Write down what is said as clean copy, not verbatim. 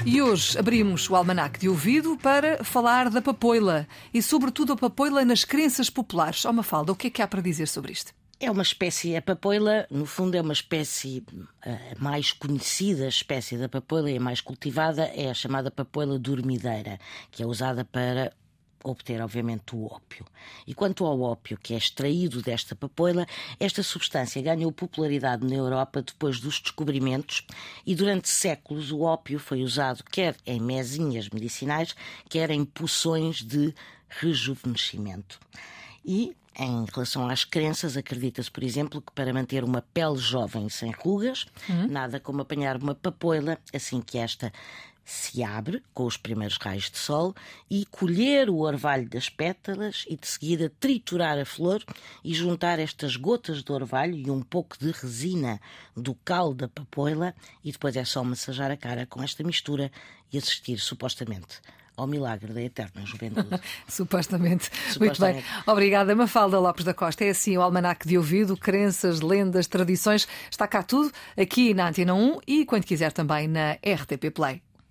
E hoje abrimos o almanaque de ouvido para falar da papoila e, sobretudo, a papoila nas crenças populares. Ó Mafalda, o que é que há para dizer sobre isto? É uma espécie, a papoila, no fundo, é uma espécie mais conhecida, a espécie da papoila e a mais cultivada é a chamada papoila dormideira, que é usada para obter, obviamente, o ópio. E quanto ao ópio que é extraído desta papoila, esta substância ganhou popularidade na Europa depois dos descobrimentos e durante séculos o ópio foi usado quer em mesinhas medicinais, quer em poções de rejuvenescimento. E, em relação às crenças, acredita-se, por exemplo, que para manter uma pele jovem sem rugas, nada como apanhar uma papoila assim que esta se abre com os primeiros raios de sol e colher o orvalho das pétalas e de seguida triturar a flor e juntar estas gotas de orvalho e um pouco de resina do caule da papoila e depois é só massajar a cara com esta mistura e assistir, supostamente, ao milagre da eterna juventude. Supostamente. Muito bem. Obrigada, Mafalda Lopes da Costa. É assim o almanaque de ouvido, crenças, lendas, tradições. Está cá tudo, aqui na Antena 1 e quando quiser também na RTP Play.